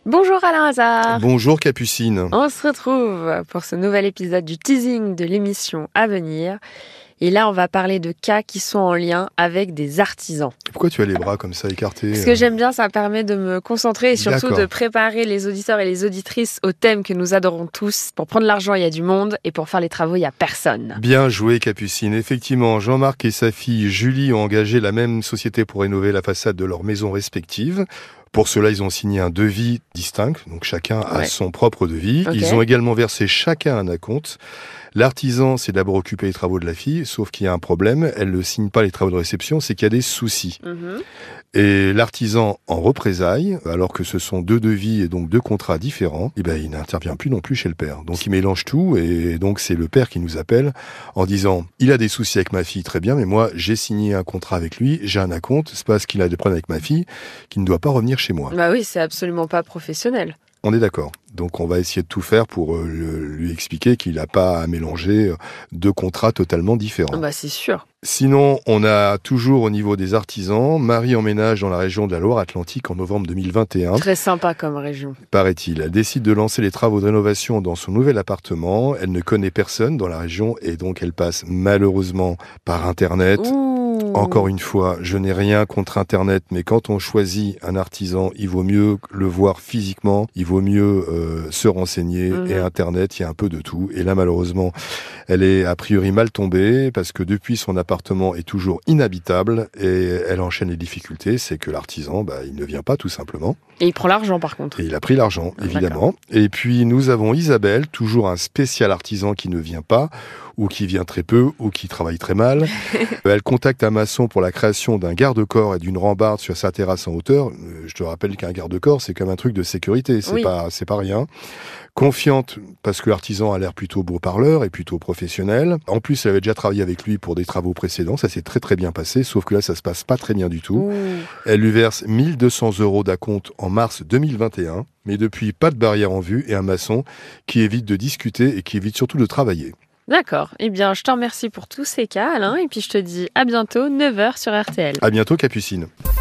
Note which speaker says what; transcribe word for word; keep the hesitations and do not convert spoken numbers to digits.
Speaker 1: Bonjour Alain Hazard.
Speaker 2: Bonjour Capucine.
Speaker 1: On se retrouve pour ce nouvel épisode du teasing de l'émission à venir. Et là, on va parler de cas qui sont en lien avec des artisans.
Speaker 2: Pourquoi tu as les bras comme ça écartés?
Speaker 1: Parce que j'aime bien, ça permet de me concentrer et surtout
Speaker 2: D'accord.
Speaker 1: de préparer les auditeurs et les auditrices au thème que nous adorons tous. Pour prendre l'argent, il y a du monde et pour faire les travaux, il n'y a personne.
Speaker 2: Bien joué Capucine. Effectivement, Jean-Marc et sa fille Julie ont engagé la même société pour rénover la façade de leurs maisons respectives. Pour cela, ils ont signé un devis distinct, donc chacun a
Speaker 1: Ouais.
Speaker 2: son propre devis.
Speaker 1: Okay.
Speaker 2: Ils ont également versé chacun un acompte. L'artisan s'est d'abord occupé des travaux de la fille, sauf qu'il y a un problème, elle ne signe pas les travaux de réception, c'est qu'il y a des soucis.
Speaker 1: Mm-hmm.
Speaker 2: Et l'artisan, en représailles, alors que ce sont deux devis et donc deux contrats différents, eh ben, il n'intervient plus non plus chez le père. Donc il mélange tout et donc c'est le père qui nous appelle en disant « Il a des soucis avec ma fille, très bien, mais moi j'ai signé un contrat avec lui, j'ai un acompte, c'est parce qu'il a des problèmes avec ma fille qu'il ne doit pas revenir chez moi. »
Speaker 1: Bah oui, c'est absolument pas professionnel.
Speaker 2: On est d'accord. Donc on va essayer de tout faire pour euh, le- lui expliquer qu'il n'a pas à mélanger euh, deux contrats totalement différents.
Speaker 1: Bah c'est sûr.
Speaker 2: Sinon, on a toujours au niveau des artisans, Marie emménage dans la région de la Loire-Atlantique en novembre deux mille vingt et un.
Speaker 1: Très sympa comme région.
Speaker 2: Paraît-il. Elle décide de lancer les travaux de rénovation dans son nouvel appartement. Elle ne connaît personne dans la région et donc elle passe malheureusement par Internet.
Speaker 1: Ouh.
Speaker 2: Encore une fois, je n'ai rien contre Internet, mais quand on choisit un artisan, il vaut mieux le voir physiquement, il vaut mieux euh, se renseigner.
Speaker 1: Mhm.
Speaker 2: Et Internet, il y a un peu de tout. Et là, malheureusement, elle est a priori mal tombée parce que depuis, son appartement est toujours inhabitable et elle enchaîne les difficultés. C'est que l'artisan, bah, il ne vient pas tout simplement.
Speaker 1: Et il prend l'argent par contre.
Speaker 2: Et il a pris l'argent,
Speaker 1: Ah,
Speaker 2: évidemment. Et puis, nous avons Isabelle, toujours un spécial artisan qui ne vient pas, ou qui vient très peu, ou qui travaille très mal. Elle contacte un maçon pour la création d'un garde-corps et d'une rambarde sur sa terrasse en hauteur. Euh, Je te rappelle qu'un garde-corps, c'est comme un truc de sécurité, c'est
Speaker 1: Oui.
Speaker 2: pas, c'est pas rien. Confiante, parce que l'artisan a l'air plutôt beau parleur et plutôt professionnel. En plus, elle avait déjà travaillé avec lui pour des travaux précédents. Ça s'est très très bien passé, sauf que là, ça se passe pas très bien du tout.
Speaker 1: Ouh.
Speaker 2: Elle lui verse mille deux cents euros d'acompte en mars deux mille vingt et un. Mais depuis, pas de barrière en vue et un maçon qui évite de discuter et qui évite surtout de travailler.
Speaker 1: D'accord. Eh bien, je te remercie pour tous ces cas, Alain. Et puis, je te dis à bientôt, neuf heures sur R T L.
Speaker 2: À bientôt, Capucine.